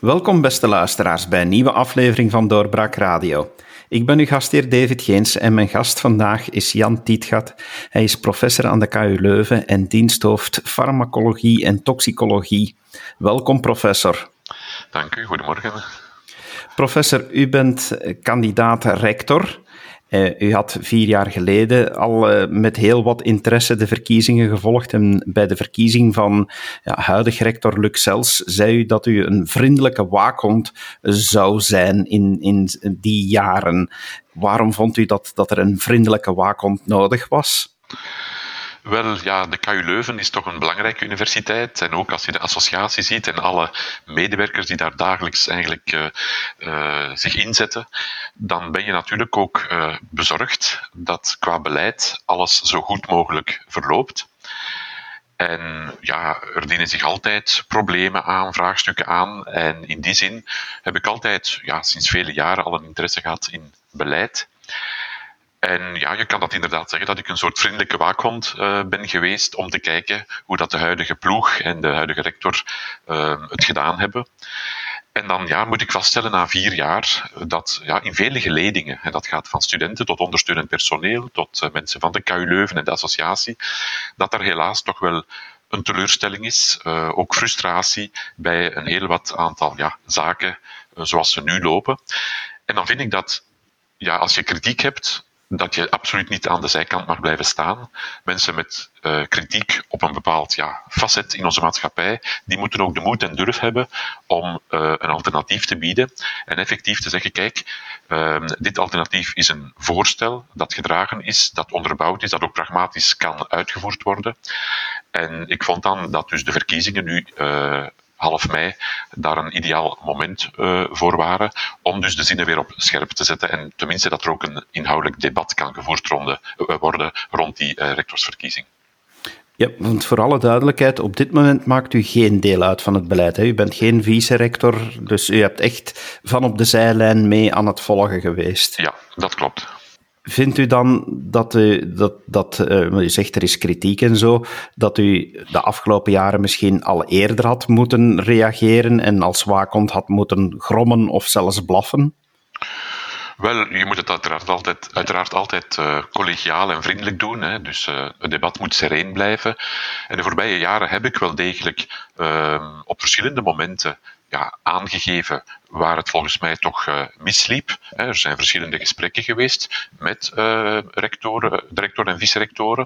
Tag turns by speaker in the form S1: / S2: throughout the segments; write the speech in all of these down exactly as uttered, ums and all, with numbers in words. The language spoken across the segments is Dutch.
S1: Welkom beste luisteraars bij een nieuwe aflevering van Doorbraak Radio. Ik ben uw gastheer David Geens en mijn gast vandaag is Jan Tietgat. Hij is professor aan de K U Leuven en diensthoofd farmacologie en toxicologie. Welkom professor.
S2: Dank u, goedemorgen.
S1: Professor, u bent kandidaat rector. Uh, u had vier jaar geleden al uh, met heel wat interesse de verkiezingen gevolgd en bij de verkiezing van ja, huidig rector Luc Sels zei u dat u een vriendelijke waakhond zou zijn in, in die jaren. Waarom vond u dat, dat er een vriendelijke waakhond nodig was?
S2: Wel, ja, de K U Leuven is toch een belangrijke universiteit. En ook als je de associatie ziet en alle medewerkers die daar dagelijks eigenlijk uh, uh, zich inzetten, dan ben je natuurlijk ook uh, bezorgd dat qua beleid alles zo goed mogelijk verloopt. En ja, er dienen zich altijd problemen aan, vraagstukken aan. En in die zin heb ik altijd, ja, sinds vele jaren al een interesse gehad in beleid. En ja, je kan dat inderdaad zeggen dat ik een soort vriendelijke waakhond uh, ben geweest om te kijken hoe dat de huidige ploeg en de huidige rector uh, het gedaan hebben. En dan ja, moet ik vaststellen na vier jaar dat ja, in vele geledingen, en dat gaat van studenten tot ondersteunend personeel, tot uh, mensen van de K U Leuven en de associatie, dat er helaas toch wel een teleurstelling is, uh, ook frustratie bij een heel wat aantal ja, zaken uh, zoals ze nu lopen. En dan vind ik dat ja, als je kritiek hebt, dat je absoluut niet aan de zijkant mag blijven staan. Mensen met uh, kritiek op een bepaald ja, facet in onze maatschappij, die moeten ook de moed en durf hebben om uh, een alternatief te bieden en effectief te zeggen, kijk, uh, dit alternatief is een voorstel dat gedragen is, dat onderbouwd is, dat ook pragmatisch kan uitgevoerd worden. En ik vond dan dat dus de verkiezingen nu Uh, half mei daar een ideaal moment uh, voor waren om dus de zinnen weer op scherp te zetten en tenminste dat er ook een inhoudelijk debat kan gevoerd ronde, uh, worden rond die uh, rectorsverkiezing.
S1: Ja, want voor alle duidelijkheid, op dit moment maakt u geen deel uit van het beleid. Hè? U bent geen vice-rector, dus u hebt echt van op de zijlijn mee aan het volgen geweest.
S2: Ja, dat klopt.
S1: Vindt u dan dat u, dat, dat uh, u zegt er is kritiek en zo, dat u de afgelopen jaren misschien al eerder had moeten reageren en als waakhond had moeten grommen of zelfs blaffen?
S2: Wel, je moet het uiteraard altijd, uiteraard altijd uh, collegiaal en vriendelijk doen. Hè. Dus uh, het debat moet sereen blijven. En de voorbije jaren heb ik wel degelijk uh, op verschillende momenten ja, aangegeven waar het volgens mij toch uh, misliep. Er zijn verschillende gesprekken geweest met uh, rectoren, rector en vice-rectoren.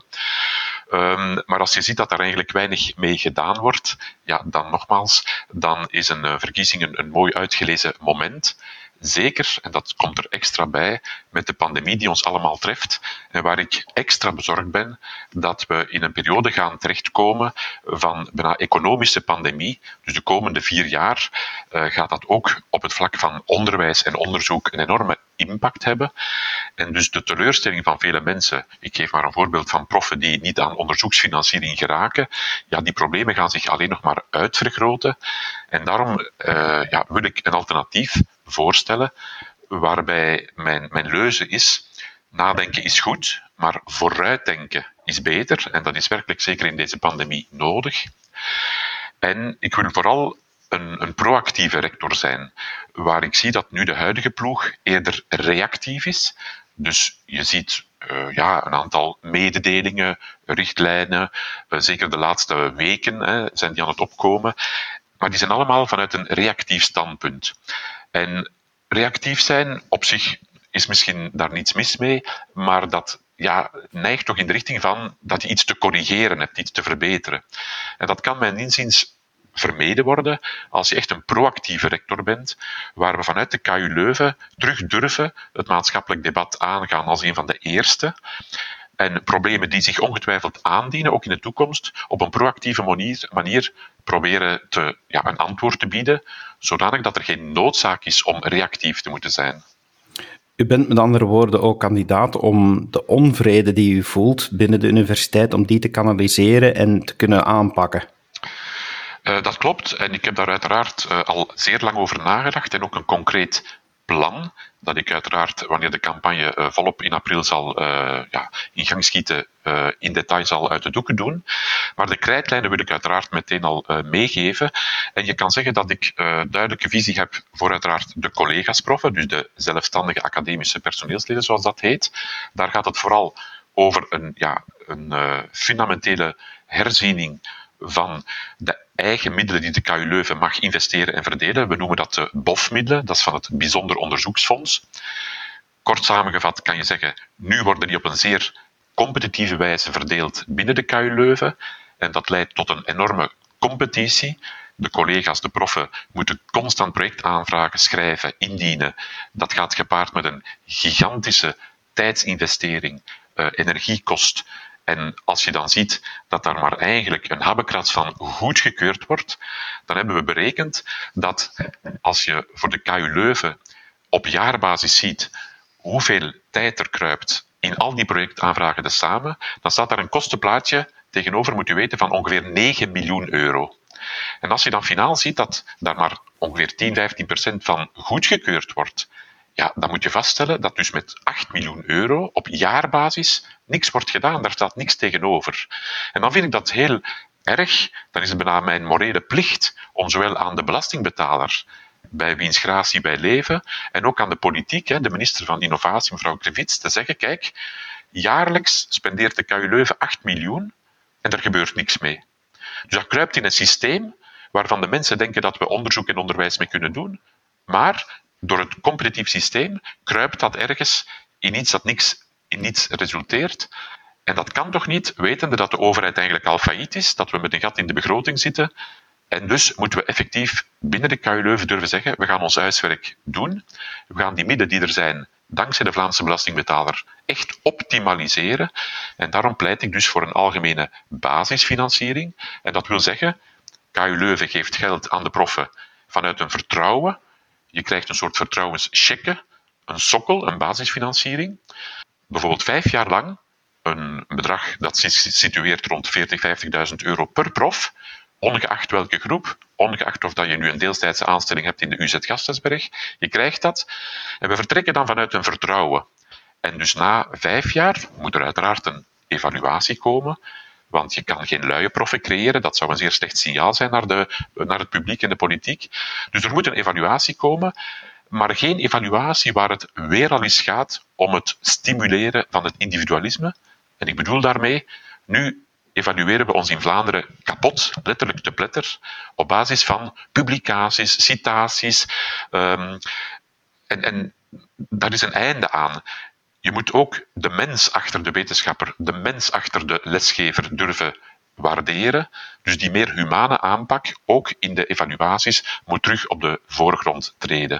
S2: Um, maar als je ziet dat daar eigenlijk weinig mee gedaan wordt, ja, dan nogmaals, dan is een uh, verkiezing een, een mooi uitgelezen moment. Zeker, en dat komt er extra bij, met de pandemie die ons allemaal treft en waar ik extra bezorgd ben dat we in een periode gaan terechtkomen van bijna economische pandemie. Dus de komende vier jaar uh, gaat dat ook op het vlak van onderwijs en onderzoek een enorme impact hebben. En dus de teleurstelling van vele mensen, ik geef maar een voorbeeld van proffen die niet aan onderzoeksfinanciering geraken, ja, die problemen gaan zich alleen nog maar uitvergroten. En daarom uh, ja, wil ik een alternatief voorstellen waarbij mijn, mijn leuze is, nadenken is goed, maar vooruitdenken is beter. En dat is werkelijk zeker in deze pandemie nodig. En ik wil vooral een, een proactieve rector zijn, waar ik zie dat nu de huidige ploeg eerder reactief is. Dus je ziet uh, ja, een aantal mededelingen, richtlijnen, uh, zeker de laatste weken hè, zijn die aan het opkomen. Maar die zijn allemaal vanuit een reactief standpunt. En reactief zijn op zich is misschien daar niets mis mee, maar dat ja, neigt toch in de richting van dat je iets te corrigeren hebt, iets te verbeteren. En dat kan mijn inziens vermeden worden als je echt een proactieve rector bent, waar we vanuit de K U Leuven terug durven het maatschappelijk debat aangaan als een van de eerste. En problemen die zich ongetwijfeld aandienen, ook in de toekomst, op een proactieve manier, manier proberen te, ja, een antwoord te bieden, zodanig dat er geen noodzaak is om reactief te moeten zijn.
S1: U bent met andere woorden ook kandidaat om de onvrede die u voelt binnen de universiteit, om die te kanaliseren en te kunnen aanpakken.
S2: Uh, dat klopt en ik heb daar uiteraard uh, al zeer lang over nagedacht en ook een concreet plan, dat ik uiteraard, wanneer de campagne uh, volop in april zal uh, ja, in gang schieten, uh, in detail zal uit de doeken doen. Maar de krijtlijnen wil ik uiteraard meteen al uh, meegeven. En je kan zeggen dat ik uh, duidelijke visie heb voor uiteraard de collega's-proffen, dus de zelfstandige academische personeelsleden, zoals dat heet. Daar gaat het vooral over een, ja, een uh, fundamentele herziening van de eigen middelen die de K U Leuven mag investeren en verdelen. We noemen dat de B O F-middelen, dat is van het Bijzonder Onderzoeksfonds. Kort samengevat kan je zeggen, nu worden die op een zeer competitieve wijze verdeeld binnen de K U Leuven. En dat leidt tot een enorme competitie. De collega's, de proffen, moeten constant projectaanvragen schrijven, indienen. Dat gaat gepaard met een gigantische tijdsinvestering, uh, energiekost. En als je dan ziet dat daar maar eigenlijk een habbekrats van goedgekeurd wordt, dan hebben we berekend dat als je voor de K U Leuven op jaarbasis ziet hoeveel tijd er kruipt in al die projectaanvragen tezamen, dan staat daar een kostenplaatje tegenover, moet je weten, van ongeveer negen miljoen euro. En als je dan finaal ziet dat daar maar ongeveer tien, vijftien procent van goedgekeurd wordt, ja, dan moet je vaststellen dat dus met acht miljoen euro op jaarbasis niks wordt gedaan. Daar staat niks tegenover. En dan vind ik dat heel erg. Dan is het bijna mijn morele plicht om zowel aan de belastingbetaler, bij wiens gratie wij leven, en ook aan de politiek, de minister van Innovatie, mevrouw Krivits, te zeggen, kijk, jaarlijks spendeert de K U Leuven acht miljoen en er gebeurt niks mee. Dus dat kruipt in een systeem waarvan de mensen denken dat we onderzoek en onderwijs mee kunnen doen, maar door het competitief systeem kruipt dat ergens in iets dat niks, in niets resulteert. En dat kan toch niet, wetende dat de overheid eigenlijk al failliet is, dat we met een gat in de begroting zitten. En dus moeten we effectief binnen de K U Leuven durven zeggen, we gaan ons huiswerk doen. We gaan die middelen die er zijn, dankzij de Vlaamse belastingbetaler, echt optimaliseren. En daarom pleit ik dus voor een algemene basisfinanciering. En dat wil zeggen, K U Leuven geeft geld aan de proffen vanuit een vertrouwen. Je krijgt een soort vertrouwenschecken, een sokkel, een basisfinanciering. Bijvoorbeeld vijf jaar lang een bedrag dat zich situeert rond veertig, vijftigduizend euro per prof, ongeacht welke groep, ongeacht of dat je nu een deeltijdse aanstelling hebt in de U Z Gasthuisberg, je krijgt dat. En we vertrekken dan vanuit een vertrouwen. En dus na vijf jaar moet er uiteraard een evaluatie komen, want je kan geen luie proffen creëren. Dat zou een zeer slecht signaal zijn naar, de, naar het publiek en de politiek. Dus er moet een evaluatie komen, maar geen evaluatie waar het weer al eens gaat om het stimuleren van het individualisme. En ik bedoel daarmee, nu evalueren we ons in Vlaanderen kapot, letterlijk te pletter, op basis van publicaties, citaties. Um, en, en daar is een einde aan. Je moet ook de mens achter de wetenschapper, de mens achter de lesgever durven waarderen. Dus die meer humane aanpak, ook in de evaluaties, moet terug op de voorgrond treden.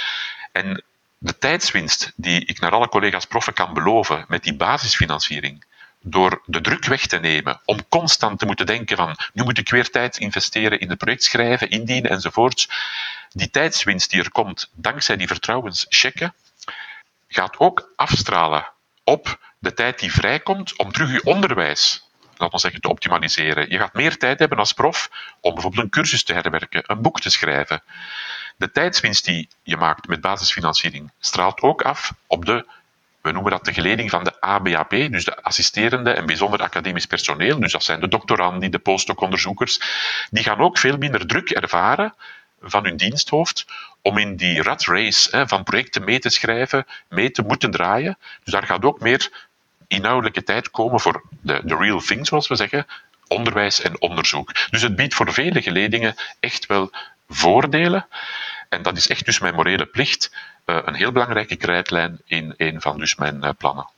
S2: En de tijdswinst die ik naar alle collega's proffen kan beloven met die basisfinanciering, door de druk weg te nemen, om constant te moeten denken van nu moet ik weer tijd investeren in het project schrijven, indienen enzovoorts, die tijdswinst die er komt dankzij die vertrouwenschecken, gaat ook afstralen op de tijd die vrijkomt om terug je onderwijs, laten we zeggen, te optimaliseren. Je gaat meer tijd hebben als prof om bijvoorbeeld een cursus te herwerken, een boek te schrijven. De tijdswinst die je maakt met basisfinanciering straalt ook af op de, we noemen dat de geleding van de A B A P, dus de assisterende en bijzonder academisch personeel, dus dat zijn de doctorandi, de postdoc-onderzoekers, die gaan ook veel minder druk ervaren van hun diensthoofd om in die rat race hè, van projecten mee te schrijven, mee te moeten draaien. Dus daar gaat ook meer inhoudelijke tijd komen voor de, de real thing, zoals we zeggen, onderwijs en onderzoek. Dus het biedt voor vele geledingen echt wel voordelen. En dat is echt dus mijn morele plicht, uh, een heel belangrijke krijtlijn in een van dus mijn uh, plannen.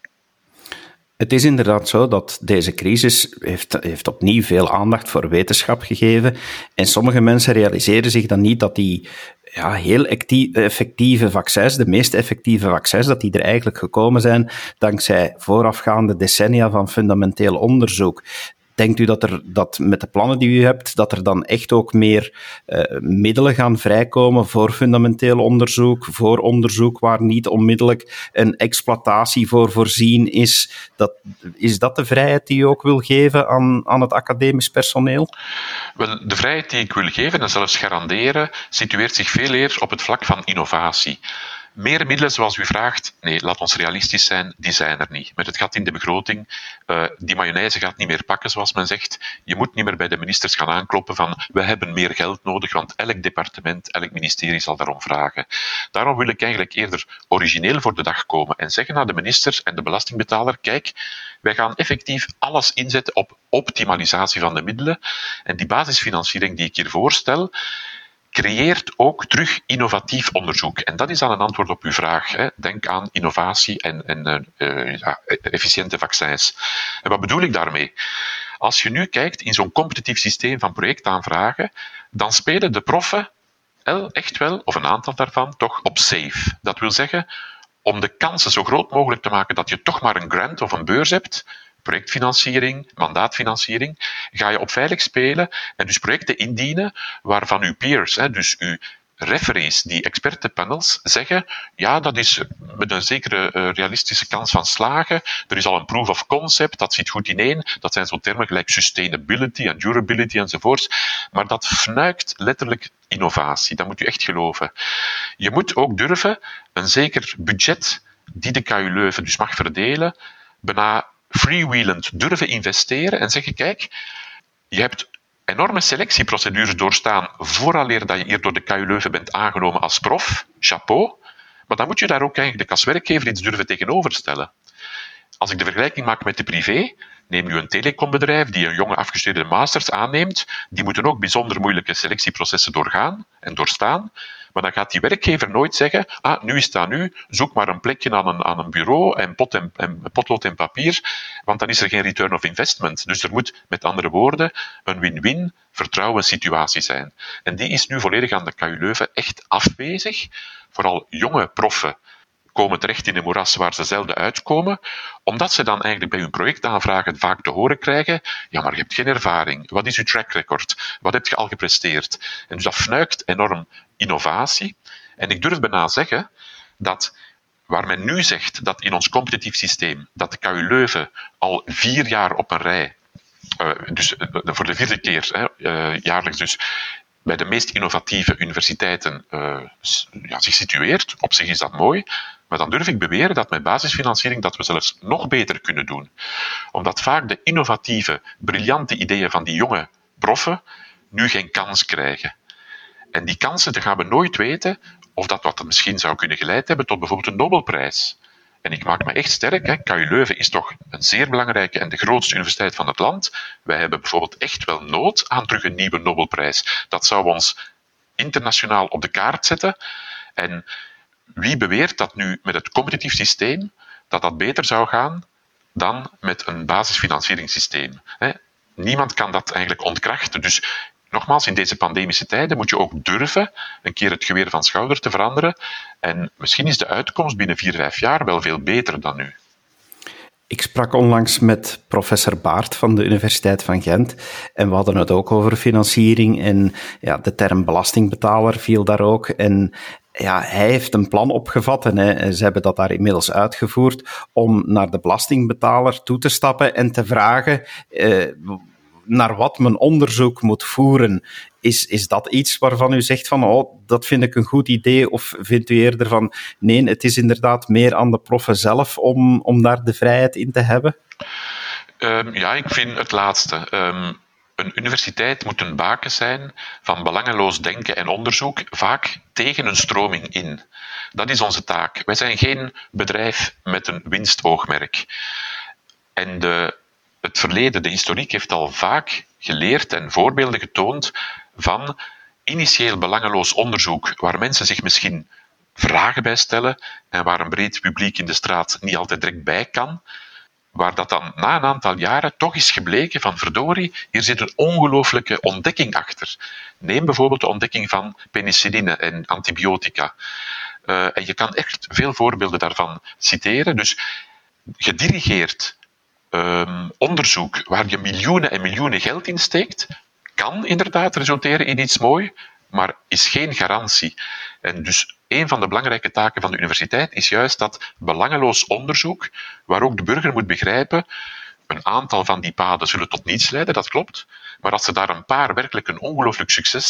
S1: Het is inderdaad zo dat deze crisis heeft, heeft opnieuw veel aandacht voor wetenschap gegeven. En sommige mensen realiseren zich dan niet dat die ja, heel effectieve vaccins, de meest effectieve vaccins, dat die er eigenlijk gekomen zijn dankzij voorafgaande decennia van fundamenteel onderzoek. Denkt u dat er dat met de plannen die u hebt, dat er dan echt ook meer uh, middelen gaan vrijkomen voor fundamenteel onderzoek, voor onderzoek waar niet onmiddellijk een exploitatie voor voorzien is? Dat, is dat de vrijheid die u ook wil geven aan, aan het academisch personeel?
S2: Wel, de vrijheid die ik wil geven en zelfs garanderen, situeert zich veel eer op het vlak van innovatie. Meer middelen zoals u vraagt, nee, laat ons realistisch zijn, die zijn er niet. Met het gat in de begroting, uh, die mayonaise gaat niet meer pakken, zoals men zegt. Je moet niet meer bij de ministers gaan aankloppen van we hebben meer geld nodig, want elk departement, elk ministerie zal daarom vragen. Daarom wil ik eigenlijk eerder origineel voor de dag komen en zeggen aan de ministers en de belastingbetaler, kijk, wij gaan effectief alles inzetten op optimalisatie van de middelen. En die basisfinanciering die ik hier voorstel, creëert ook terug innovatief onderzoek. En dat is dan een antwoord op uw vraag. Hè. Denk aan innovatie en, en uh, ja, efficiënte vaccins. En wat bedoel ik daarmee? Als je nu kijkt in zo'n competitief systeem van projectaanvragen, dan spelen de proffen echt wel, of een aantal daarvan, toch op safe. Dat wil zeggen, om de kansen zo groot mogelijk te maken dat je toch maar een grant of een beurs hebt, projectfinanciering, mandaatfinanciering, ga je op veilig spelen en dus projecten indienen waarvan uw peers, dus uw referees, die expertenpanels, zeggen ja, dat is met een zekere uh, realistische kans van slagen. Er is al een proof of concept, dat zit goed ineen. Dat zijn zo'n termen gelijk sustainability en durability enzovoorts. Maar dat fnuikt letterlijk innovatie. Dat moet u echt geloven. Je moet ook durven een zeker budget die de K U Leuven dus mag verdelen, bijna freewheelend durven investeren en zeggen, kijk, je hebt enorme selectieprocedures doorstaan vooraleer dat je hier door de K U Leuven bent aangenomen als prof, chapeau, maar dan moet je daar ook eigenlijk als werkgever iets durven tegenover stellen. Als ik de vergelijking maak met de privé, neem nu een telecombedrijf die een jonge afgestudeerde masters aanneemt, die moeten ook bijzonder moeilijke selectieprocessen doorgaan en doorstaan, maar dan gaat die werkgever nooit zeggen, ah, nu is het aan u, zoek maar een plekje aan een, aan een bureau en, pot en, en potlood en papier, want dan is er geen return of investment. Dus er moet, met andere woorden, een win-win vertrouwenssituatie zijn. En die is nu volledig aan de K U Leuven echt afwezig. Vooral jonge proffen komen terecht in een moeras waar ze zelden uitkomen, omdat ze dan eigenlijk bij hun projectaanvragen vaak te horen krijgen, ja, maar je hebt geen ervaring. Wat is uw track record? Wat heb je al gepresteerd? En dus dat fnuikt enorm innovatie. En ik durf bijna zeggen dat waar men nu zegt dat in ons competitief systeem, dat de K U Leuven al vier jaar op een rij, uh, dus uh, voor de vierde keer, hè, uh, jaarlijks dus, bij de meest innovatieve universiteiten uh, ja, zich situeert. Op zich is dat mooi. Maar dan durf ik beweren dat met basisfinanciering dat we zelfs nog beter kunnen doen. Omdat vaak de innovatieve, briljante ideeën van die jonge proffen nu geen kans krijgen. En die kansen, dan gaan we nooit weten of dat wat er misschien zou kunnen geleid hebben tot bijvoorbeeld een Nobelprijs. En ik maak me echt sterk, hè. K U Leuven is toch een zeer belangrijke en de grootste universiteit van het land. Wij hebben bijvoorbeeld echt wel nood aan terug een nieuwe Nobelprijs. Dat zou ons internationaal op de kaart zetten. En wie beweert dat nu met het competitief systeem dat dat beter zou gaan dan met een basisfinancieringssysteem? Hè? Niemand kan dat eigenlijk ontkrachten. Dus nogmaals, in deze pandemische tijden moet je ook durven een keer het geweer van schouder te veranderen. En misschien is de uitkomst binnen vier, vijf jaar wel veel beter dan nu.
S1: Ik sprak onlangs met professor Baart van de Universiteit van Gent en we hadden het ook over financiering en ja, de term belastingbetaler viel daar ook. En ja, hij heeft een plan opgevat en hij, ze hebben dat daar inmiddels uitgevoerd om naar de belastingbetaler toe te stappen en te vragen eh, naar wat men onderzoek moet voeren. Is, is dat iets waarvan u zegt van, oh, dat vind ik een goed idee, of vindt u eerder van, nee, het is inderdaad meer aan de proffen zelf om, om daar de vrijheid in te hebben?
S2: Um, ja, ik vind het laatste. Um, een universiteit moet een baken zijn van belangeloos denken en onderzoek, vaak tegen een stroming in. Dat is onze taak. Wij zijn geen bedrijf met een winstoogmerk. En de Het verleden, de historiek, heeft al vaak geleerd en voorbeelden getoond van initieel belangeloos onderzoek, waar mensen zich misschien vragen bij stellen en waar een breed publiek in de straat niet altijd direct bij kan, waar dat dan na een aantal jaren toch is gebleken van verdorie, hier zit een ongelooflijke ontdekking achter. Neem bijvoorbeeld de ontdekking van penicilline en antibiotica. Uh, en je kan echt veel voorbeelden daarvan citeren. Dus gedirigeerd Um, onderzoek waar je miljoenen en miljoenen geld in steekt, kan inderdaad resulteren in iets moois, maar is geen garantie. En dus een van de belangrijke taken van de universiteit is juist dat belangeloos onderzoek, waar ook de burger moet begrijpen, een aantal van die paden zullen tot niets leiden, dat klopt, maar als ze daar een paar werkelijk een ongelooflijk succes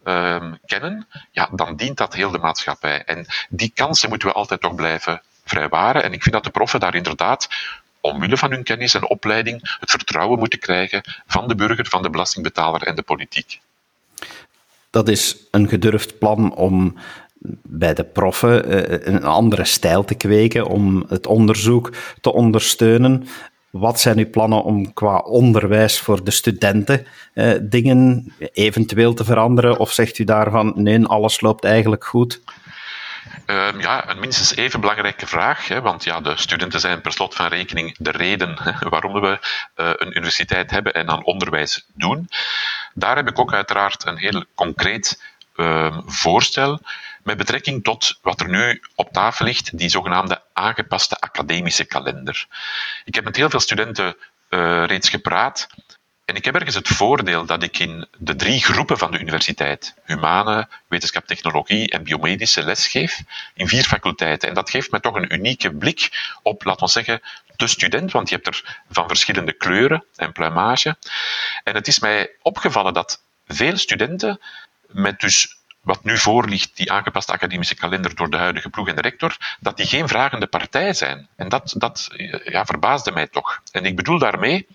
S2: uh, kennen, ja, dan dient dat heel de maatschappij. En die kansen moeten we altijd toch blijven vrijwaren. En ik vind dat de proffen daar inderdaad, omwille van hun kennis en opleiding, het vertrouwen moeten krijgen van de burger, van de belastingbetaler en de politiek.
S1: Dat is een gedurfd plan om bij de proffen een andere stijl te kweken, om het onderzoek te ondersteunen. Wat zijn uw plannen om qua onderwijs voor de studenten eh, dingen eventueel te veranderen? Of zegt u daarvan, nee, alles loopt eigenlijk goed?
S2: Uh, ja, een minstens even belangrijke vraag, hè, want ja, de studenten zijn per slot van rekening de reden hè, waarom we uh, een universiteit hebben en aan onderwijs doen. Daar heb ik ook uiteraard een heel concreet uh, voorstel met betrekking tot wat er nu op tafel ligt, die zogenaamde aangepaste academische kalender. Ik heb met heel veel studenten uh, reeds gepraat. En ik heb ergens het voordeel dat ik in de drie groepen van de universiteit, humane, wetenschap, technologie en biomedische, lesgeef in vier faculteiten. En dat geeft me toch een unieke blik op, laten we zeggen, de student, want je hebt er van verschillende kleuren en pluimage. En het is mij opgevallen dat veel studenten met dus wat nu voor ligt, die aangepaste academische kalender door de huidige ploeg en de rector, dat die geen vragende partij zijn. En dat, dat ja, verbaasde mij toch. En ik bedoel daarmee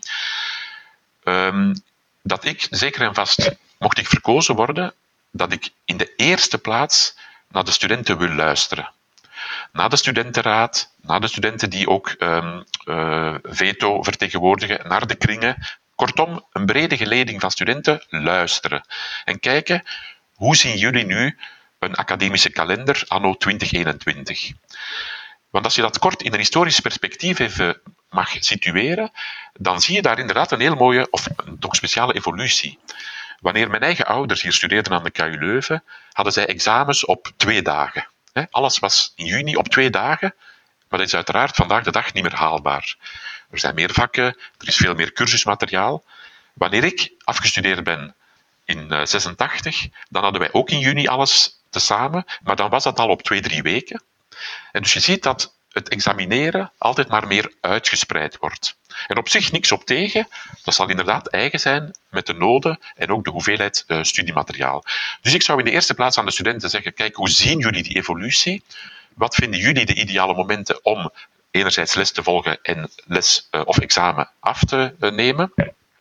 S2: Um, dat ik, zeker en vast, mocht ik verkozen worden, dat ik in de eerste plaats naar de studenten wil luisteren. Naar de studentenraad, naar de studenten die ook um, uh, veto vertegenwoordigen, naar de kringen. Kortom, een brede geleding van studenten luisteren. En kijken, hoe zien jullie nu een academische kalender anno twintig eenentwintig? Want als je dat kort in een historisch perspectief even mag situeren, dan zie je daar inderdaad een heel mooie, of een toch speciale evolutie. Wanneer mijn eigen ouders hier studeerden aan de K U Leuven, hadden zij examens op twee dagen. Alles was in juni op twee dagen, maar dat is uiteraard vandaag de dag niet meer haalbaar. Er zijn meer vakken, er is veel meer cursusmateriaal. Wanneer ik afgestudeerd ben in zesentachtig, dan hadden wij ook in juni alles tezamen, maar dan was dat al op twee, drie weken. En dus je ziet dat het examineren altijd maar meer uitgespreid wordt. En op zich niks op tegen, dat zal inderdaad eigen zijn met de noden en ook de hoeveelheid uh, studiemateriaal. Dus ik zou in de eerste plaats aan de studenten zeggen, kijk, hoe zien jullie die evolutie? Wat vinden jullie de ideale momenten om enerzijds les te volgen en les uh, of examen af te uh, nemen?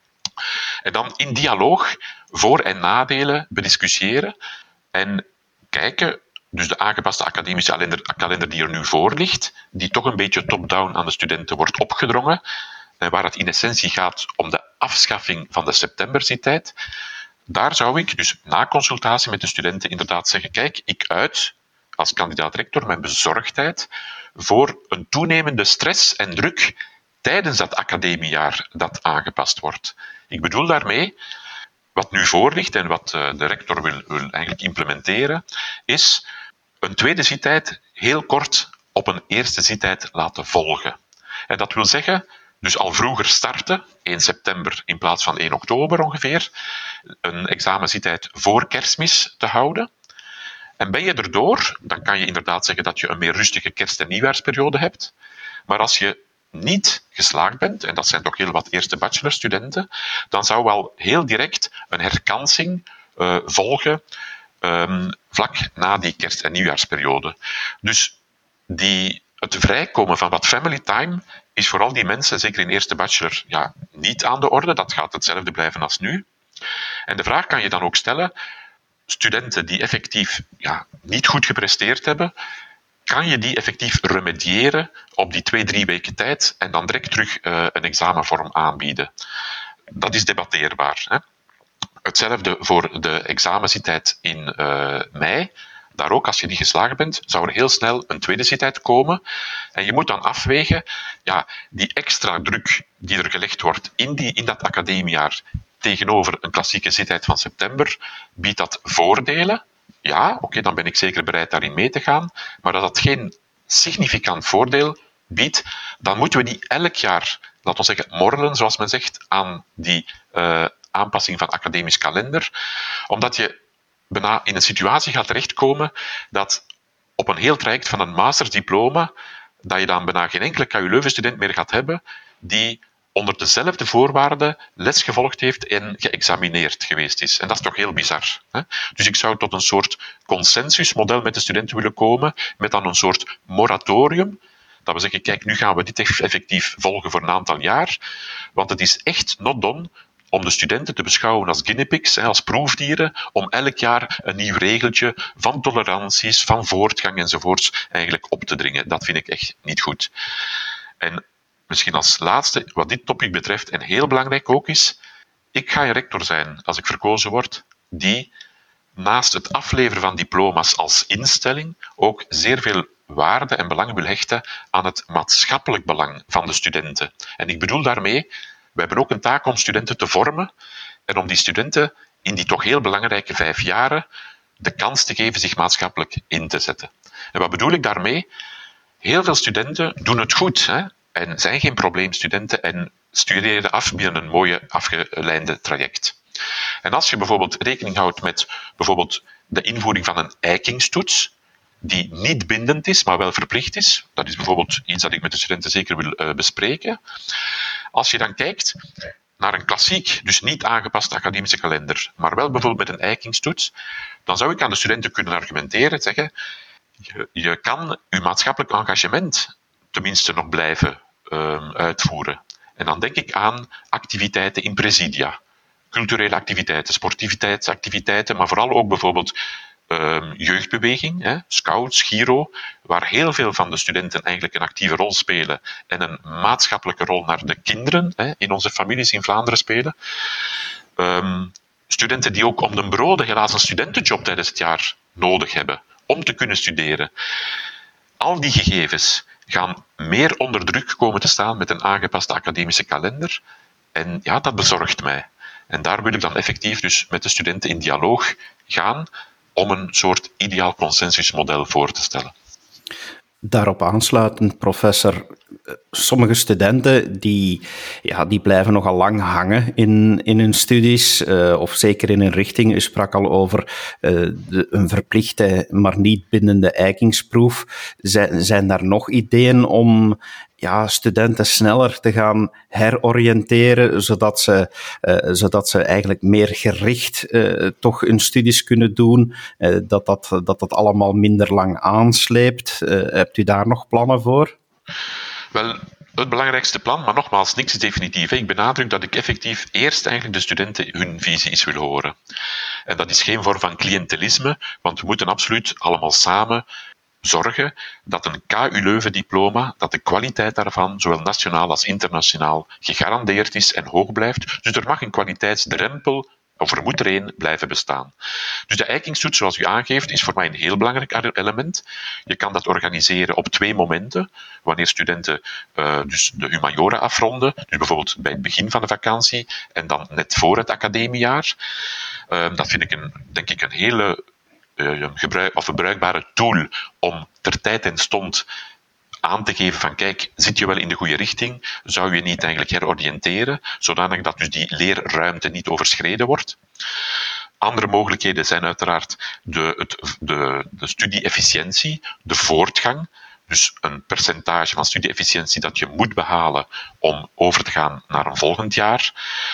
S2: En dan in dialoog voor- en nadelen bediscussiëren en kijken. Dus de aangepaste academische kalender, kalender die er nu voor ligt, die toch een beetje top-down aan de studenten wordt opgedrongen, en waar het in essentie gaat om de afschaffing van de septemberzittijd, daar zou ik dus na consultatie met de studenten inderdaad zeggen, kijk, ik uit als kandidaat-rector mijn bezorgdheid voor een toenemende stress en druk tijdens dat academiejaar dat aangepast wordt. Ik bedoel daarmee, wat nu voor ligt en wat de rector wil, wil eigenlijk implementeren, is een tweede zittijd heel kort op een eerste zittijd laten volgen. En dat wil zeggen, dus al vroeger starten, één september in plaats van één oktober ongeveer, een examenzittijd voor Kerstmis te houden. En ben je erdoor, dan kan je inderdaad zeggen dat je een meer rustige kerst- en nieuwjaarsperiode hebt. Maar als je niet geslaagd bent, en dat zijn toch heel wat eerste bachelorstudenten, dan zou wel heel direct een herkansing uh, volgen um, vlak na die kerst- en nieuwjaarsperiode. Dus die, het vrijkomen van wat family time is voor al die mensen, zeker in eerste bachelor, ja, niet aan de orde. Dat gaat hetzelfde blijven als nu. En de vraag kan je dan ook stellen, studenten die effectief ja, niet goed gepresteerd hebben, kan je die effectief remediëren op die twee, drie weken tijd en dan direct terug uh, een examenvorm aanbieden? Dat is debatteerbaar. Hè? Hetzelfde voor de examenzittijd in uh, mei. Daar ook, als je niet geslaagd bent, zou er heel snel een tweede zittijd komen. En je moet dan afwegen, ja, die extra druk die er gelegd wordt in, die, in dat academiejaar tegenover een klassieke zittijd van september, biedt dat voordelen? Ja, oké, okay, dan ben ik zeker bereid daarin mee te gaan. Maar als dat geen significant voordeel biedt, dan moeten we niet elk jaar, laten we zeggen, morrelen, zoals men zegt, aan die uh, aanpassing van academisch kalender. Omdat je bijna in een situatie gaat terechtkomen dat op een heel traject van een mastersdiploma, dat je dan bijna geen enkele K U Leuven-student meer gaat hebben die onder dezelfde voorwaarden les gevolgd heeft en geëxamineerd geweest is. En dat is toch heel bizar. Hè? Dus ik zou tot een soort consensusmodel met de studenten willen komen, met dan een soort moratorium, dat we zeggen, kijk, nu gaan we dit effectief volgen voor een aantal jaar, want het is echt not done om de studenten te beschouwen als guinea pigs, als proefdieren, om elk jaar een nieuw regeltje van toleranties, van voortgang enzovoorts eigenlijk op te dringen. Dat vind ik echt niet goed. En misschien als laatste, wat dit topic betreft, en heel belangrijk ook is, ik ga een rector zijn, als ik verkozen word, die naast het afleveren van diploma's als instelling ook zeer veel waarde en belang wil hechten aan het maatschappelijk belang van de studenten. En ik bedoel daarmee, we hebben ook een taak om studenten te vormen en om die studenten in die toch heel belangrijke vijf jaren de kans te geven zich maatschappelijk in te zetten. En wat bedoel ik daarmee? Heel veel studenten doen het goed, hè, en zijn geen probleemstudenten en studeren af binnen een mooie afgeleide traject. En als je bijvoorbeeld rekening houdt met bijvoorbeeld de invoering van een eikingstoets, die niet bindend is, maar wel verplicht is. Dat is bijvoorbeeld iets dat ik met de studenten zeker wil uh, bespreken. Als je dan kijkt naar een klassiek, dus niet aangepaste academische kalender, maar wel bijvoorbeeld met een eikingstoets, dan zou ik aan de studenten kunnen argumenteren, zeggen, je, je kan je maatschappelijk engagement tenminste nog blijven uh, uitvoeren. En dan denk ik aan activiteiten in presidia, culturele activiteiten, sportiviteitsactiviteiten, maar vooral ook bijvoorbeeld Uh, jeugdbeweging, hè, scouts, Giro, waar heel veel van de studenten eigenlijk een actieve rol spelen en een maatschappelijke rol naar de kinderen hè, in onze families in Vlaanderen spelen. Um, studenten die ook om de broden helaas een studentenjob tijdens het jaar nodig hebben om te kunnen studeren. Al die gegevens gaan meer onder druk komen te staan met een aangepaste academische kalender. En ja, dat bezorgt mij. En daar wil ik dan effectief dus met de studenten in dialoog gaan om een soort ideaal consensusmodel voor te stellen.
S1: Daarop aansluitend, professor, sommige studenten die, ja, die blijven nogal lang hangen in, in hun studies, uh, of zeker in een richting. U sprak al over uh, de, een verplichte, maar niet bindende eikingsproef. Zijn, zijn daar nog ideeën om ja, studenten sneller te gaan heroriënteren, zodat ze, uh, zodat ze eigenlijk meer gericht uh, toch hun studies kunnen doen, uh, dat, dat, dat dat allemaal minder lang aansleept? Uh, hebt u daar nog plannen voor?
S2: Wel, het belangrijkste plan, maar nogmaals, niks is definitief. Ik benadruk dat ik effectief eerst eigenlijk de studenten hun visie eens wil horen. En dat is geen vorm van cliëntelisme, want we moeten absoluut allemaal samen zorgen dat een K U Leuven-diploma, dat de kwaliteit daarvan, zowel nationaal als internationaal, gegarandeerd is en hoog blijft. Dus er mag een kwaliteitsdrempel, of er moet er één, blijven bestaan. Dus de eikingstoets, zoals u aangeeft, is voor mij een heel belangrijk element. Je kan dat organiseren op twee momenten. Wanneer studenten uh, dus de humaniora afronden, dus bijvoorbeeld bij het begin van de vakantie, en dan net voor het academiejaar. Uh, dat vind ik een, denk ik een hele uh, gebruik, of een bruikbare tool om ter tijd en stond aan te geven van, kijk, zit je wel in de goede richting? Zou je niet eigenlijk heroriënteren, zodanig dat dus die leerruimte niet overschreden wordt? Andere mogelijkheden zijn uiteraard de, het, de, de studie-efficiëntie, de voortgang, dus een percentage van studie-efficiëntie dat je moet behalen om over te gaan naar een volgend jaar,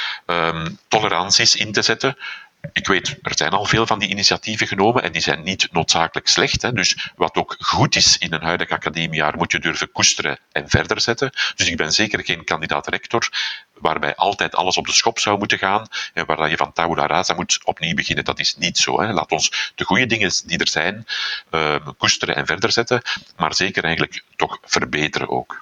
S2: um, toleranties in te zetten. Ik weet, er zijn al veel van die initiatieven genomen en die zijn niet noodzakelijk slecht. Hè. Dus wat ook goed is in een huidig academiejaar moet je durven koesteren en verder zetten. Dus ik ben zeker geen kandidaat-rector waarbij altijd alles op de schop zou moeten gaan en waar je van tabula rasa moet opnieuw beginnen. Dat is niet zo. Hè. Laat ons de goede dingen die er zijn uh, koesteren en verder zetten, maar zeker eigenlijk toch verbeteren ook.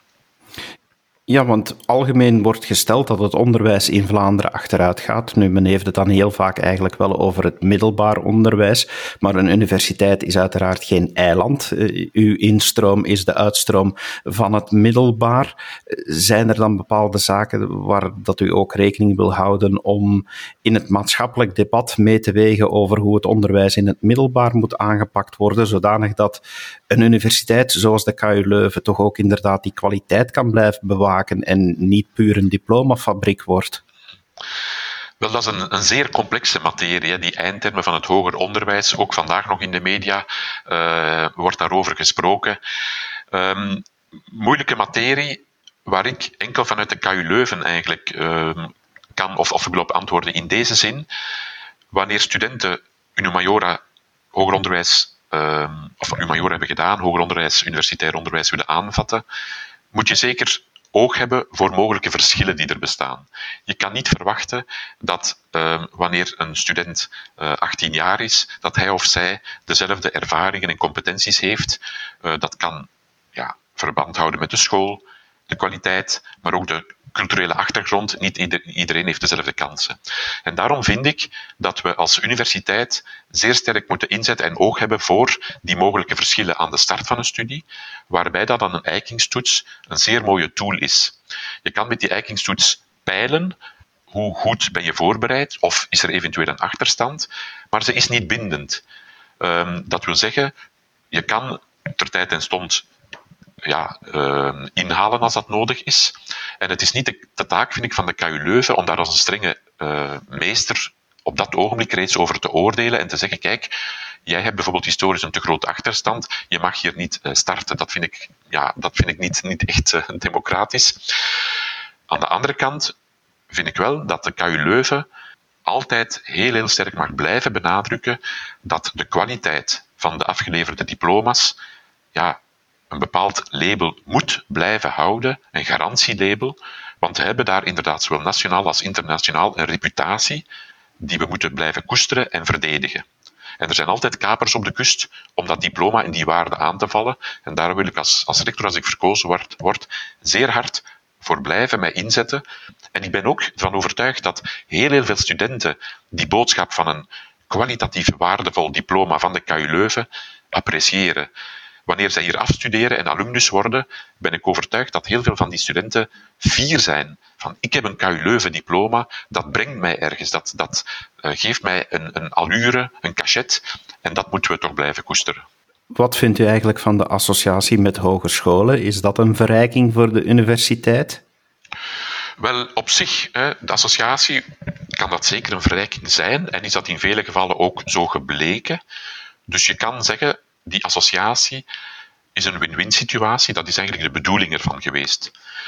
S1: Ja, want algemeen wordt gesteld dat het onderwijs in Vlaanderen achteruit gaat. Nu, men heeft het dan heel vaak eigenlijk wel over het middelbaar onderwijs, maar een universiteit is uiteraard geen eiland. Uh, uw instroom is de uitstroom van het middelbaar. Zijn er dan bepaalde zaken waar dat u ook rekening wil houden om in het maatschappelijk debat mee te wegen over hoe het onderwijs in het middelbaar moet aangepakt worden, zodanig dat een universiteit zoals de K U Leuven toch ook inderdaad die kwaliteit kan blijven bewaken en niet puur een diplomafabriek wordt?
S2: Wel, dat is een, een zeer complexe materie, hè. Die eindtermen van het hoger onderwijs, ook vandaag nog in de media uh, wordt daarover gesproken. Um, moeilijke materie. waar ik enkel vanuit de K U Leuven eigenlijk uh, kan of, of wil op antwoorden in deze zin. Wanneer studenten hun humaniora hoger onderwijs, uh, of humaniora hebben gedaan, hoger onderwijs, universitair onderwijs willen aanvatten, moet je zeker oog hebben voor mogelijke verschillen die er bestaan. Je kan niet verwachten dat uh, wanneer een student uh, achttien jaar is, dat hij of zij dezelfde ervaringen en competenties heeft. Uh, dat kan ja, verband houden met de school, de kwaliteit, maar ook de culturele achtergrond. Niet ieder, iedereen heeft dezelfde kansen. En daarom vind ik dat we als universiteit zeer sterk moeten inzetten en oog hebben voor die mogelijke verschillen aan de start van een studie, waarbij dat dan een eikingstoets een zeer mooie tool is. Je kan met die eikingstoets peilen hoe goed ben je voorbereid of is er eventueel een achterstand, maar ze is niet bindend. Um, dat wil zeggen, je kan ter tijd en stond ja, uh, inhalen als dat nodig is. En het is niet de, de taak, vind ik, van de K U Leuven om daar als een strenge uh, meester op dat ogenblik reeds over te oordelen en te zeggen, kijk, jij hebt bijvoorbeeld historisch een te grote achterstand, je mag hier niet uh, starten. Dat vind ik, ja, dat vind ik niet, niet echt uh, democratisch. Aan de andere kant vind ik wel dat de K U Leuven altijd heel, heel sterk mag blijven benadrukken dat de kwaliteit van de afgeleverde diploma's ja, een bepaald label moet blijven houden, een garantielabel, want we hebben daar inderdaad zowel nationaal als internationaal een reputatie die we moeten blijven koesteren en verdedigen. En er zijn altijd kapers op de kust om dat diploma en die waarde aan te vallen. En daar wil ik als, als rector, als ik verkozen word, word, zeer hard voor blijven, mij inzetten. En ik ben ook van overtuigd dat heel, heel veel studenten die boodschap van een kwalitatief waardevol diploma van de K U Leuven appreciëren. Wanneer zij hier afstuderen en alumnus worden, ben ik overtuigd dat heel veel van die studenten fier zijn van ik heb een K U Leuven diploma, dat brengt mij ergens, dat, dat uh, geeft mij een, een allure, een cachet en dat moeten we toch blijven koesteren.
S1: Wat vindt u eigenlijk van de associatie met hogescholen? Is dat een verrijking voor de universiteit?
S2: Wel, op zich, de associatie kan dat zeker een verrijking zijn en is dat in vele gevallen ook zo gebleken. Dus je kan zeggen, die associatie is een win-win situatie. Dat is eigenlijk de bedoeling ervan geweest.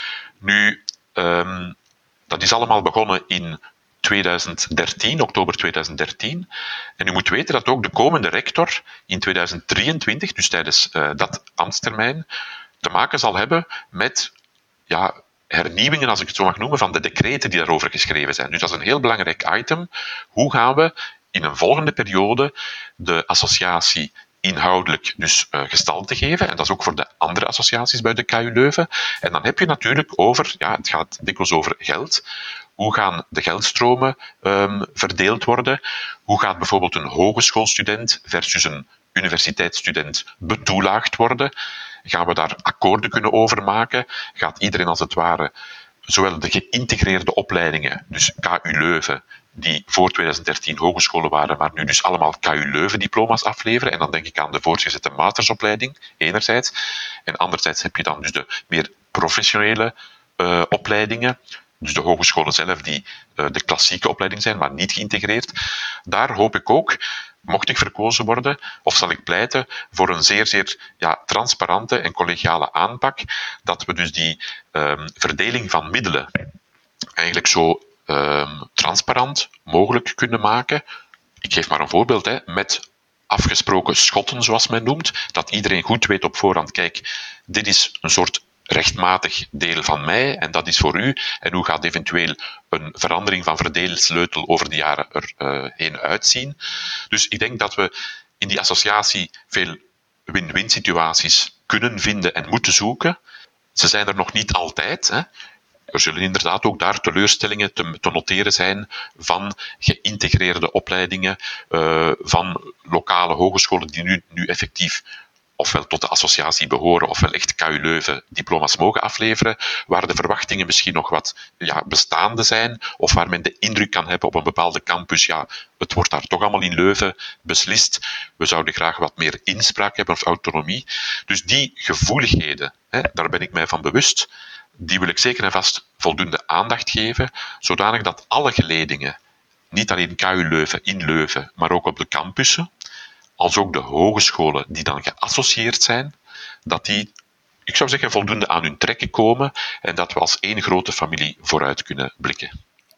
S2: Nu, um, dat is allemaal begonnen in tweeduizend dertien, oktober tweeduizend dertien. En u moet weten dat ook de komende rector in tweeduizend drieëntwintig, dus tijdens uh, dat ambtstermijn, te maken zal hebben met ja, hernieuwingen, als ik het zo mag noemen, van de decreten die daarover geschreven zijn. Dus dat is een heel belangrijk item. Hoe gaan we in een volgende periode de associatie inhoudelijk dus uh, gestalte geven. En dat is ook voor de andere associaties bij de K U Leuven. En dan heb je natuurlijk over, ja, het gaat dikwijls over geld. Hoe gaan de geldstromen um, verdeeld worden? Hoe gaat bijvoorbeeld een hogeschoolstudent versus een universiteitsstudent betoelaagd worden? Gaan we daar akkoorden kunnen over maken? Gaat iedereen als het ware, zowel de geïntegreerde opleidingen, dus K U Leuven, die voor tweeduizend dertien hogescholen waren, maar nu dus allemaal K U Leuven-diploma's afleveren. En dan denk ik aan de voortgezette mastersopleiding, enerzijds. En anderzijds heb je dan dus de meer professionele uh, opleidingen, dus de hogescholen zelf die uh, de klassieke opleiding zijn, maar niet geïntegreerd. Daar hoop ik ook, mocht ik verkozen worden, of zal ik pleiten voor een zeer, zeer ja, transparante en collegiale aanpak, dat we dus die um, verdeling van middelen eigenlijk zo Um, transparant mogelijk kunnen maken. Ik geef maar een voorbeeld, hè, met afgesproken schotten, zoals men noemt, dat iedereen goed weet op voorhand, kijk, dit is een soort rechtmatig deel van mij en dat is voor u. En hoe gaat eventueel een verandering van verdeelsleutel over de jaren er uh, heen uitzien? Dus ik denk dat we in die associatie veel win-win situaties kunnen vinden en moeten zoeken. Ze zijn er nog niet altijd, hè. Er zullen inderdaad ook daar teleurstellingen te, te noteren zijn van geïntegreerde opleidingen, uh, van lokale hogescholen die nu, nu effectief ofwel tot de associatie behoren, ofwel echt K U Leuven diploma's mogen afleveren, waar de verwachtingen misschien nog wat ja, bestaande zijn, of waar men de indruk kan hebben op een bepaalde campus, ja, het wordt daar toch allemaal in Leuven beslist, we zouden graag wat meer inspraak hebben of autonomie. Dus die gevoeligheden, hè, daar ben ik mij van bewust, die wil ik zeker en vast voldoende aandacht geven, zodanig dat alle geledingen, niet alleen K U Leuven in Leuven, maar ook op de campussen, als ook de hogescholen die dan geassocieerd zijn, dat die ik zou zeggen, voldoende aan hun trekken komen en dat we als één grote familie vooruit kunnen blikken.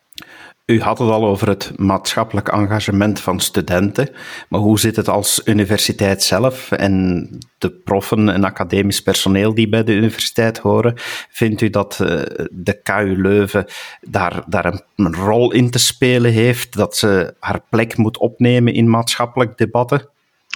S1: U had het al over het maatschappelijk engagement van studenten, maar hoe zit het als universiteit zelf en de proffen en academisch personeel die bij de universiteit horen? Vindt u dat de K U Leuven daar, daar een rol in te spelen heeft, dat ze haar plek moet opnemen in maatschappelijk debatten?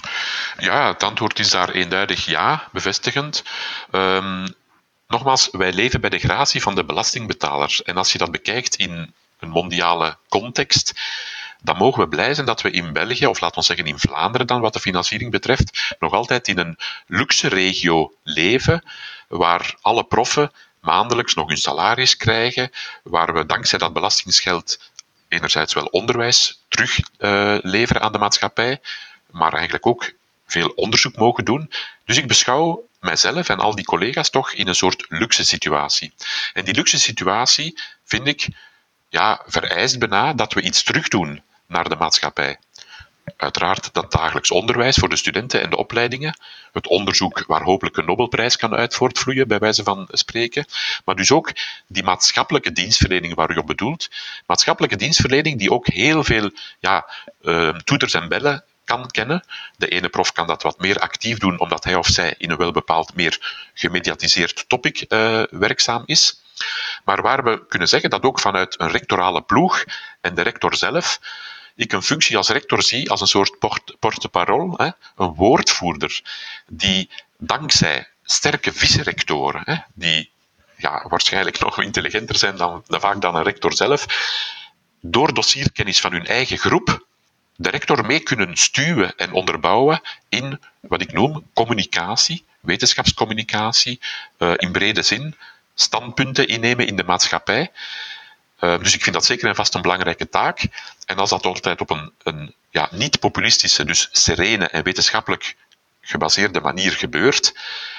S2: Ja, het antwoord is daar eenduidig ja, bevestigend. Um, nogmaals, wij leven bij de gratie van de belastingbetaler. En als je dat bekijkt in een mondiale context, dan mogen we blij zijn dat we in België, of laten we zeggen in Vlaanderen dan, wat de financiering betreft, nog altijd in een luxe regio leven, waar alle proffen maandelijks nog hun salaris krijgen, waar we dankzij dat belastingsgeld enerzijds wel onderwijs terugleveren uh, aan de maatschappij, maar eigenlijk ook veel onderzoek mogen doen. Dus ik beschouw mijzelf en al die collega's toch in een soort luxe situatie. En die luxe situatie, vind ik, ja, vereist bijna dat we iets terugdoen naar de maatschappij. Uiteraard dat dagelijks onderwijs voor de studenten en de opleidingen, het onderzoek waar hopelijk een Nobelprijs kan uit voortvloeien, bij wijze van spreken, maar dus ook die maatschappelijke dienstverlening waar u op bedoelt, maatschappelijke dienstverlening die ook heel veel ja, uh, toeters en bellen kan kennen. De ene prof kan dat wat meer actief doen, omdat hij of zij in een welbepaald meer gemediatiseerd topic uh, werkzaam is. Maar waar we kunnen zeggen dat ook vanuit een rectorale ploeg en de rector zelf, ik een functie als rector zie als een soort port- porte-parole, een woordvoerder, die dankzij sterke vice-rectoren, hè, die ja, waarschijnlijk nog intelligenter zijn dan, dan vaak dan een rector zelf, door dossierkennis van hun eigen groep, de rector mee kunnen stuwen en onderbouwen in wat ik noem communicatie, wetenschapscommunicatie, uh, in brede zin, standpunten innemen in de maatschappij. Uh, dus ik vind dat zeker en vast een belangrijke taak. En als dat altijd op een, een ja, niet-populistische, dus serene en wetenschappelijk gebaseerde manier gebeurt,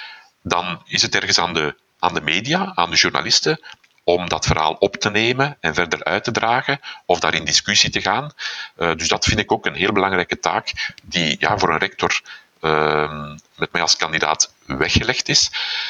S2: dan is het ergens aan de, aan de media, aan de journalisten, om dat verhaal op te nemen en verder uit te dragen of daar in discussie te gaan. Uh, dus dat vind ik ook een heel belangrijke taak die ja, voor een rector uh, met mij als kandidaat weggelegd is.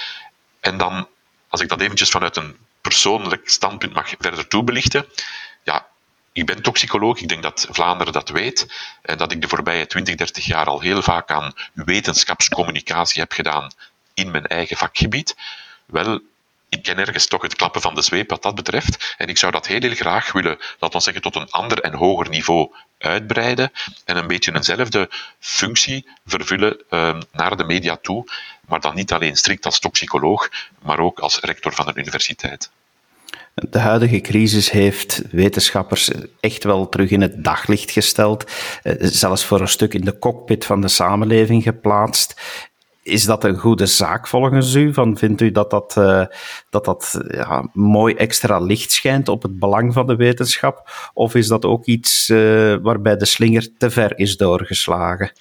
S2: En dan, als ik dat eventjes vanuit een persoonlijk standpunt mag verder toebelichten, ja, ik ben toxicoloog, ik denk dat Vlaanderen dat weet en dat ik de voorbije twintig, dertig jaar al heel vaak aan wetenschapscommunicatie heb gedaan in mijn eigen vakgebied. Wel, ik ken ergens toch het klappen van de zweep wat dat betreft. En ik zou dat heel, heel graag willen, laten we zeggen, tot een ander en hoger niveau uitbreiden. En een beetje eenzelfde functie vervullen uh, naar de media toe. Maar dan niet alleen strikt als toxicoloog, maar ook als rector van een universiteit.
S1: De huidige crisis heeft wetenschappers echt wel terug in het daglicht gesteld. Zelfs voor een stuk in de cockpit van de samenleving geplaatst. Is dat een goede zaak volgens u? Van, vindt u dat dat, uh, dat, dat ja, mooi extra licht schijnt op het belang van de wetenschap? Of is dat ook iets uh, waarbij de slinger te ver is doorgeslagen?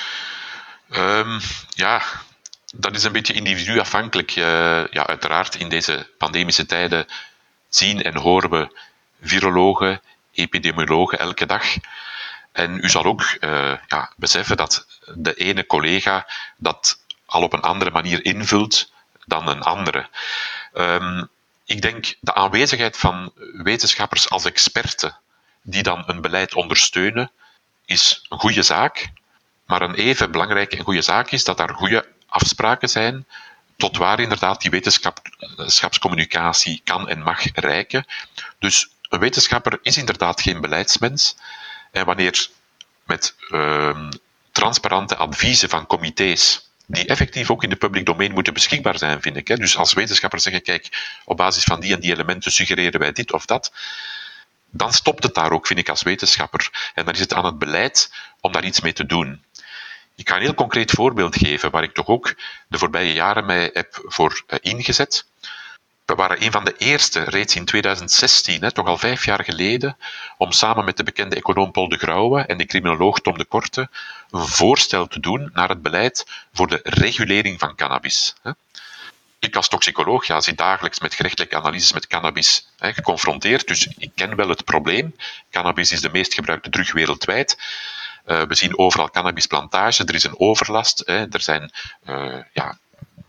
S2: Um, ja, dat is een beetje individuafhankelijk. Uh, ja, uiteraard in deze pandemische tijden zien en horen we virologen, epidemiologen elke dag. En u zal ook uh, ja, beseffen dat de ene collega dat al op een andere manier invult dan een andere. Um, ik denk de aanwezigheid van wetenschappers als experten die dan een beleid ondersteunen, is een goede zaak. Maar een even belangrijke en goede zaak is dat daar goede afspraken zijn tot waar inderdaad die wetenschapscommunicatie kan en mag reiken. Dus een wetenschapper is inderdaad geen beleidsmens. En wanneer met uh, transparante adviezen van comité's, die effectief ook in de public domein moeten beschikbaar zijn, vind ik. Hè. Dus als wetenschapper zeggen, kijk, op basis van die en die elementen suggereren wij dit of dat, dan stopt het daar ook, vind ik, als wetenschapper. En dan is het aan het beleid om daar iets mee te doen. Ik ga een heel concreet voorbeeld geven, waar ik toch ook de voorbije jaren mij heb voor uh, ingezet. We waren een van de eerste, reeds in tweeduizend zestien, hè, toch al vijf jaar geleden, om samen met de bekende econoom Paul de Grauwe en de criminoloog Tom de Korte een voorstel te doen naar het beleid voor de regulering van cannabis. Hè. Ik als toxicoloog ja, zit dagelijks met gerechtelijke analyses met cannabis hè, geconfronteerd, dus ik ken wel het probleem. Cannabis is de meest gebruikte drug wereldwijd. Uh, we zien overal cannabisplantages, er is een overlast, hè, er zijn uh, ja,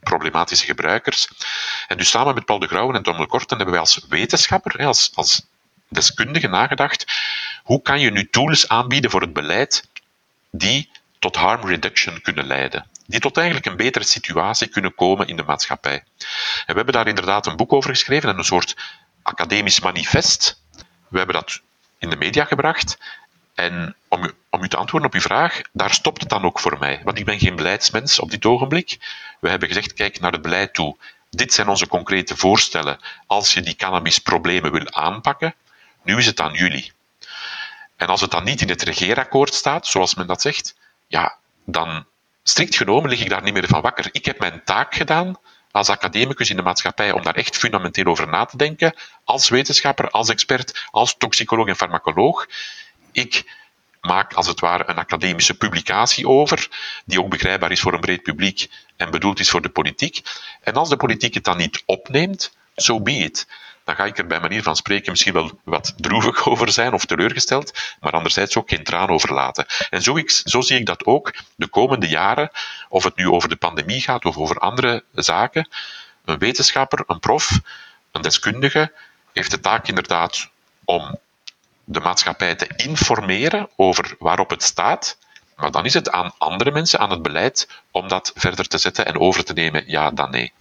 S2: problematische gebruikers. En dus samen met Paul de Grauwen en Tom de Korten hebben wij als wetenschapper, als, als deskundige nagedacht, hoe kan je nu tools aanbieden voor het beleid die tot harm reduction kunnen leiden. Die tot eigenlijk een betere situatie kunnen komen in de maatschappij. En we hebben daar inderdaad een boek over geschreven, een soort academisch manifest. We hebben dat in de media gebracht. En om u, om u te antwoorden op uw vraag, daar stopt het dan ook voor mij. Want ik ben geen beleidsmens op dit ogenblik. We hebben gezegd, kijk naar het beleid toe. Dit zijn onze concrete voorstellen als je die cannabisproblemen wil aanpakken. Nu is het aan jullie. En als het dan niet in het regeerakkoord staat, zoals men dat zegt, ja, dan strikt genomen lig ik daar niet meer van wakker. Ik heb mijn taak gedaan als academicus in de maatschappij om daar echt fundamenteel over na te denken, als wetenschapper, als expert, als toxicoloog en farmacoloog. Ik maak als het ware een academische publicatie over, die ook begrijpbaar is voor een breed publiek en bedoeld is voor de politiek. En als de politiek het dan niet opneemt, so be it. Dan ga ik er bij manier van spreken misschien wel wat droevig over zijn of teleurgesteld, maar anderzijds ook geen traan over laten. En zo, ik, zo zie ik dat ook de komende jaren, of het nu over de pandemie gaat of over andere zaken. Een wetenschapper, een prof, een deskundige heeft de taak inderdaad om de maatschappij te informeren over waarop het staat, maar dan is het aan andere mensen, aan het beleid, om dat verder te zetten en over te nemen, ja dan nee.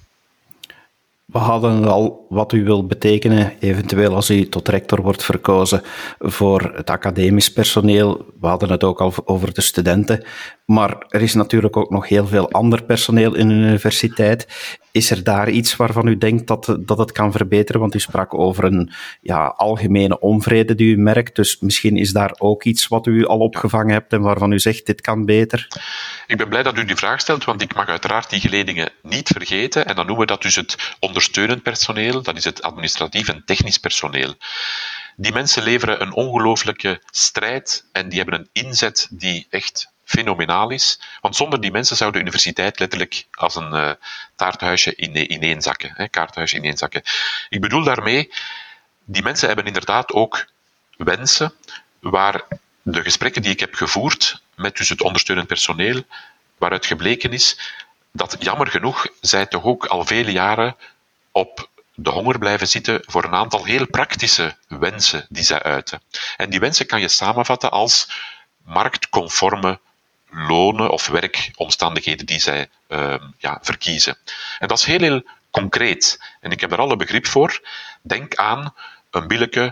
S1: We hadden al wat u wil betekenen, eventueel als u tot rector wordt verkozen, voor het academisch personeel. We hadden het ook al over de studenten. Maar er is natuurlijk ook nog heel veel ander personeel in een universiteit. Is er daar iets waarvan u denkt dat, dat het kan verbeteren? Want u sprak over een ja, algemene onvrede die u merkt. Dus misschien is daar ook iets wat u al opgevangen hebt en waarvan u zegt, dit kan beter?
S2: Ik ben blij dat u die vraag stelt, want ik mag uiteraard die geledingen niet vergeten. En dan noemen we dat dus het ondersteunend personeel. Dat is het administratief en technisch personeel. Die mensen leveren een ongelooflijke strijd en die hebben een inzet die echt fenomenaal is. Want zonder die mensen zou de universiteit letterlijk als een uh, taarthuisje ineenzakken. Hè, kaarthuisje ineenzakken. Ik bedoel daarmee, die mensen hebben inderdaad ook wensen waar de gesprekken die ik heb gevoerd met dus het ondersteunend personeel, waaruit gebleken is dat jammer genoeg zij toch ook al vele jaren op de honger blijven zitten voor een aantal heel praktische wensen die zij uiten. En die wensen kan je samenvatten als marktconforme lonen of werkomstandigheden die zij uh, ja, verkiezen. En dat is heel, heel concreet. En ik heb er alle begrip voor. Denk aan een billijke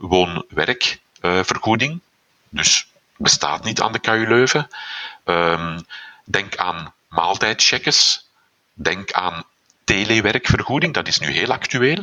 S2: woon-werkvergoeding. Uh, dus bestaat niet aan de K U Leuven. Uh, denk aan maaltijdcheques. Denk aan telewerkvergoeding. Dat is nu heel actueel.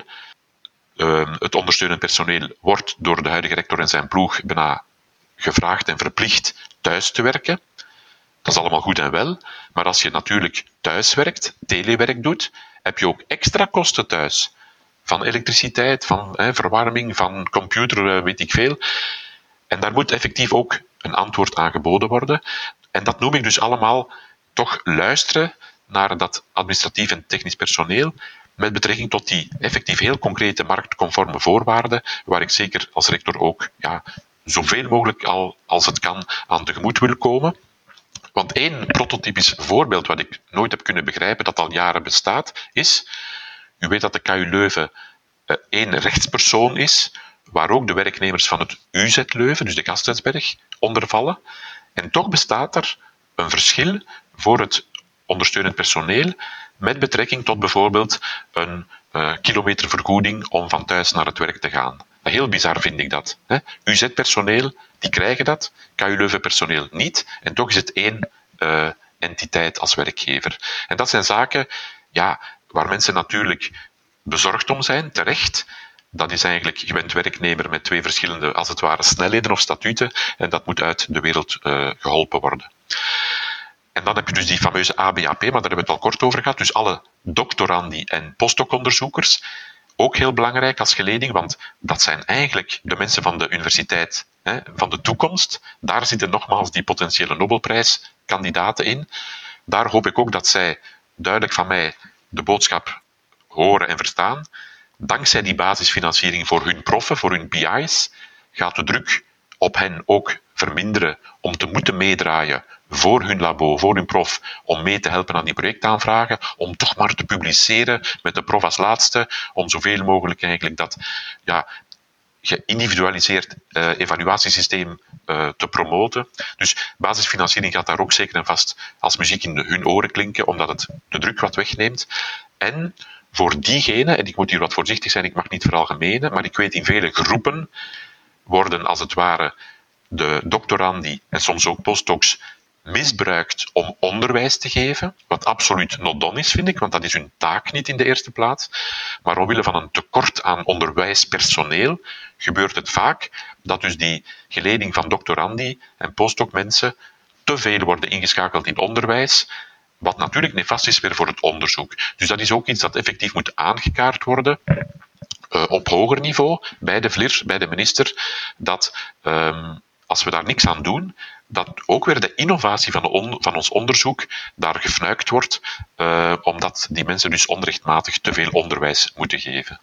S2: Uh, het ondersteunend personeel wordt door de huidige rector en zijn ploeg bijna gevraagd en verplicht thuis te werken. Dat is allemaal goed en wel, maar als je natuurlijk thuis werkt, telewerk doet, heb je ook extra kosten thuis. Van elektriciteit, van hè, verwarming, van computer, weet ik veel. En daar moet effectief ook een antwoord aan geboden worden. En dat noem ik dus allemaal toch luisteren naar dat administratief en technisch personeel met betrekking tot die effectief heel concrete marktconforme voorwaarden, waar ik zeker als rector ook ja, zoveel mogelijk al als het kan aan tegemoet wil komen. Want één prototypisch voorbeeld wat ik nooit heb kunnen begrijpen, dat al jaren bestaat, is, u weet dat de K U Leuven uh, één rechtspersoon is, waar ook de werknemers van het U Z Leuven, dus de Gasthuisberg, onder vallen. En toch bestaat er een verschil voor het ondersteunend personeel met betrekking tot bijvoorbeeld een uh, kilometervergoeding om van thuis naar het werk te gaan. Heel bizar vind ik dat. Hè? U Z-personeel, die krijgen dat, K U Leuven-personeel niet, en toch is het één uh, entiteit als werkgever. En dat zijn zaken ja, waar mensen natuurlijk bezorgd om zijn, terecht. Dat is eigenlijk, je bent werknemer met twee verschillende, als het ware, snelheden of statuten, en dat moet uit de wereld uh, geholpen worden. En dan heb je dus die fameuze A B A P, maar daar hebben we het al kort over gehad, dus alle doctorandi en postdoc-onderzoekers. Ook heel belangrijk als geleding, want dat zijn eigenlijk de mensen van de universiteit hè, van de toekomst. Daar zitten nogmaals die potentiële Nobelprijskandidaten in. Daar hoop ik ook dat zij duidelijk van mij de boodschap horen en verstaan. Dankzij die basisfinanciering voor hun proffen, voor hun P I's, gaat de druk op hen ook verminderen om te moeten meedraaien voor hun labo, voor hun prof, om mee te helpen aan die projectaanvragen, om toch maar te publiceren met de prof als laatste, om zoveel mogelijk eigenlijk dat ja, geïndividualiseerd uh, evaluatiesysteem uh, te promoten. Dus basisfinanciering gaat daar ook zeker en vast als muziek in hun oren klinken, omdat het de druk wat wegneemt. En voor diegenen, en ik moet hier wat voorzichtig zijn, ik mag niet veralgemenen, maar ik weet in vele groepen worden als het ware de doctorandi en soms ook postdocs misbruikt om onderwijs te geven, wat absoluut not done is, vind ik, want dat is hun taak niet in de eerste plaats. Maar omwille van een tekort aan onderwijspersoneel gebeurt het vaak dat dus die geleding van doctorandi en postdoc-mensen te veel worden ingeschakeld in onderwijs, wat natuurlijk nefast is weer voor het onderzoek. Dus dat is ook iets dat effectief moet aangekaart worden uh, op hoger niveau, bij de V L I R, bij de minister, dat um, als we daar niks aan doen, dat ook weer de innovatie van, de on, van ons onderzoek daar gefnuikt wordt, uh, omdat die mensen dus onrechtmatig te veel onderwijs moeten geven.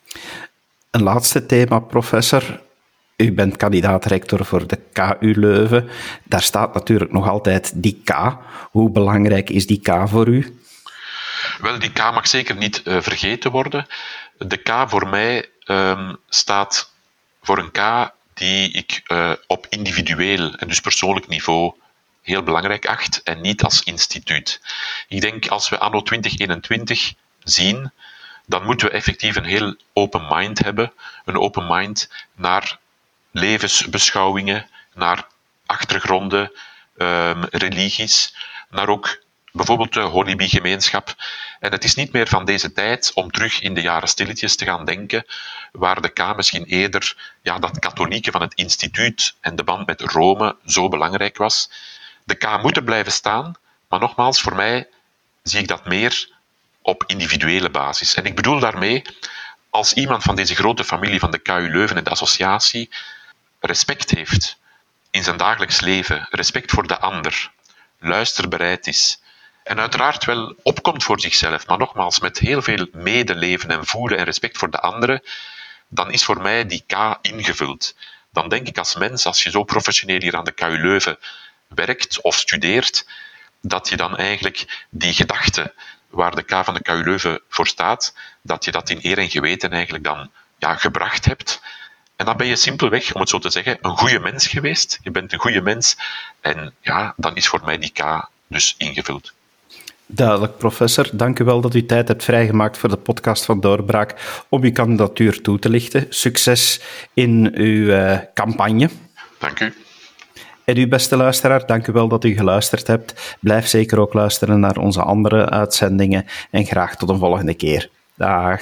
S1: Een laatste thema, professor. U bent kandidaat-rector voor de K U Leuven. Daar staat natuurlijk nog altijd die K. Hoe belangrijk is die K voor u?
S2: Wel, die K mag zeker niet uh, vergeten worden. De K voor mij um, staat voor een K die ik uh, op individueel en dus persoonlijk niveau heel belangrijk acht en niet als instituut. Ik denk, als we anno twintig eenentwintig zien, dan moeten we effectief een heel open mind hebben. Een open mind naar levensbeschouwingen, naar achtergronden, um, religies, naar ook bijvoorbeeld de Honeybee-gemeenschap. En het is niet meer van deze tijd om terug in de jaren stilletjes te gaan denken, waar de K misschien eerder ja, dat katholieke van het instituut en de band met Rome zo belangrijk was. De K moet er blijven staan, maar nogmaals, voor mij zie ik dat meer op individuele basis. En ik bedoel daarmee, als iemand van deze grote familie van de K U Leuven en de associatie respect heeft in zijn dagelijks leven, respect voor de ander, luisterbereid is, en uiteraard wel opkomt voor zichzelf, maar nogmaals met heel veel medeleven en voelen en respect voor de anderen, dan is voor mij die K ingevuld. Dan denk ik als mens, als je zo professioneel hier aan de K U Leuven werkt of studeert, dat je dan eigenlijk die gedachte waar de K van de K U Leuven voor staat, dat je dat in eer en geweten eigenlijk dan ja, gebracht hebt. En dan ben je simpelweg, om het zo te zeggen, een goede mens geweest. Je bent een goede mens en ja, dan is voor mij die K dus ingevuld.
S1: Duidelijk, professor. Dank u wel dat u tijd hebt vrijgemaakt voor de podcast van Doorbraak om uw kandidatuur toe te lichten. Succes in uw uh, campagne.
S2: Dank u.
S1: En uw beste luisteraar, dank u wel dat u geluisterd hebt. Blijf zeker ook luisteren naar onze andere uitzendingen en graag tot een volgende keer. Dag.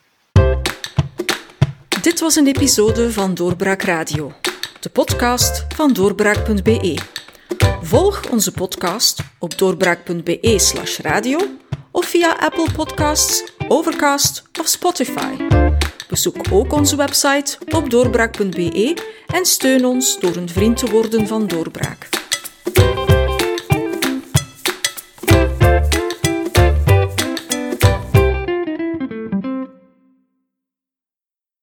S3: Dit was een episode van Doorbraak Radio, de podcast van doorbraak punt b e. Volg onze podcast op doorbraak punt b e slash radio of via Apple Podcasts, Overcast of Spotify. Bezoek ook onze website op doorbraak punt b e en steun ons door een vriend te worden van Doorbraak.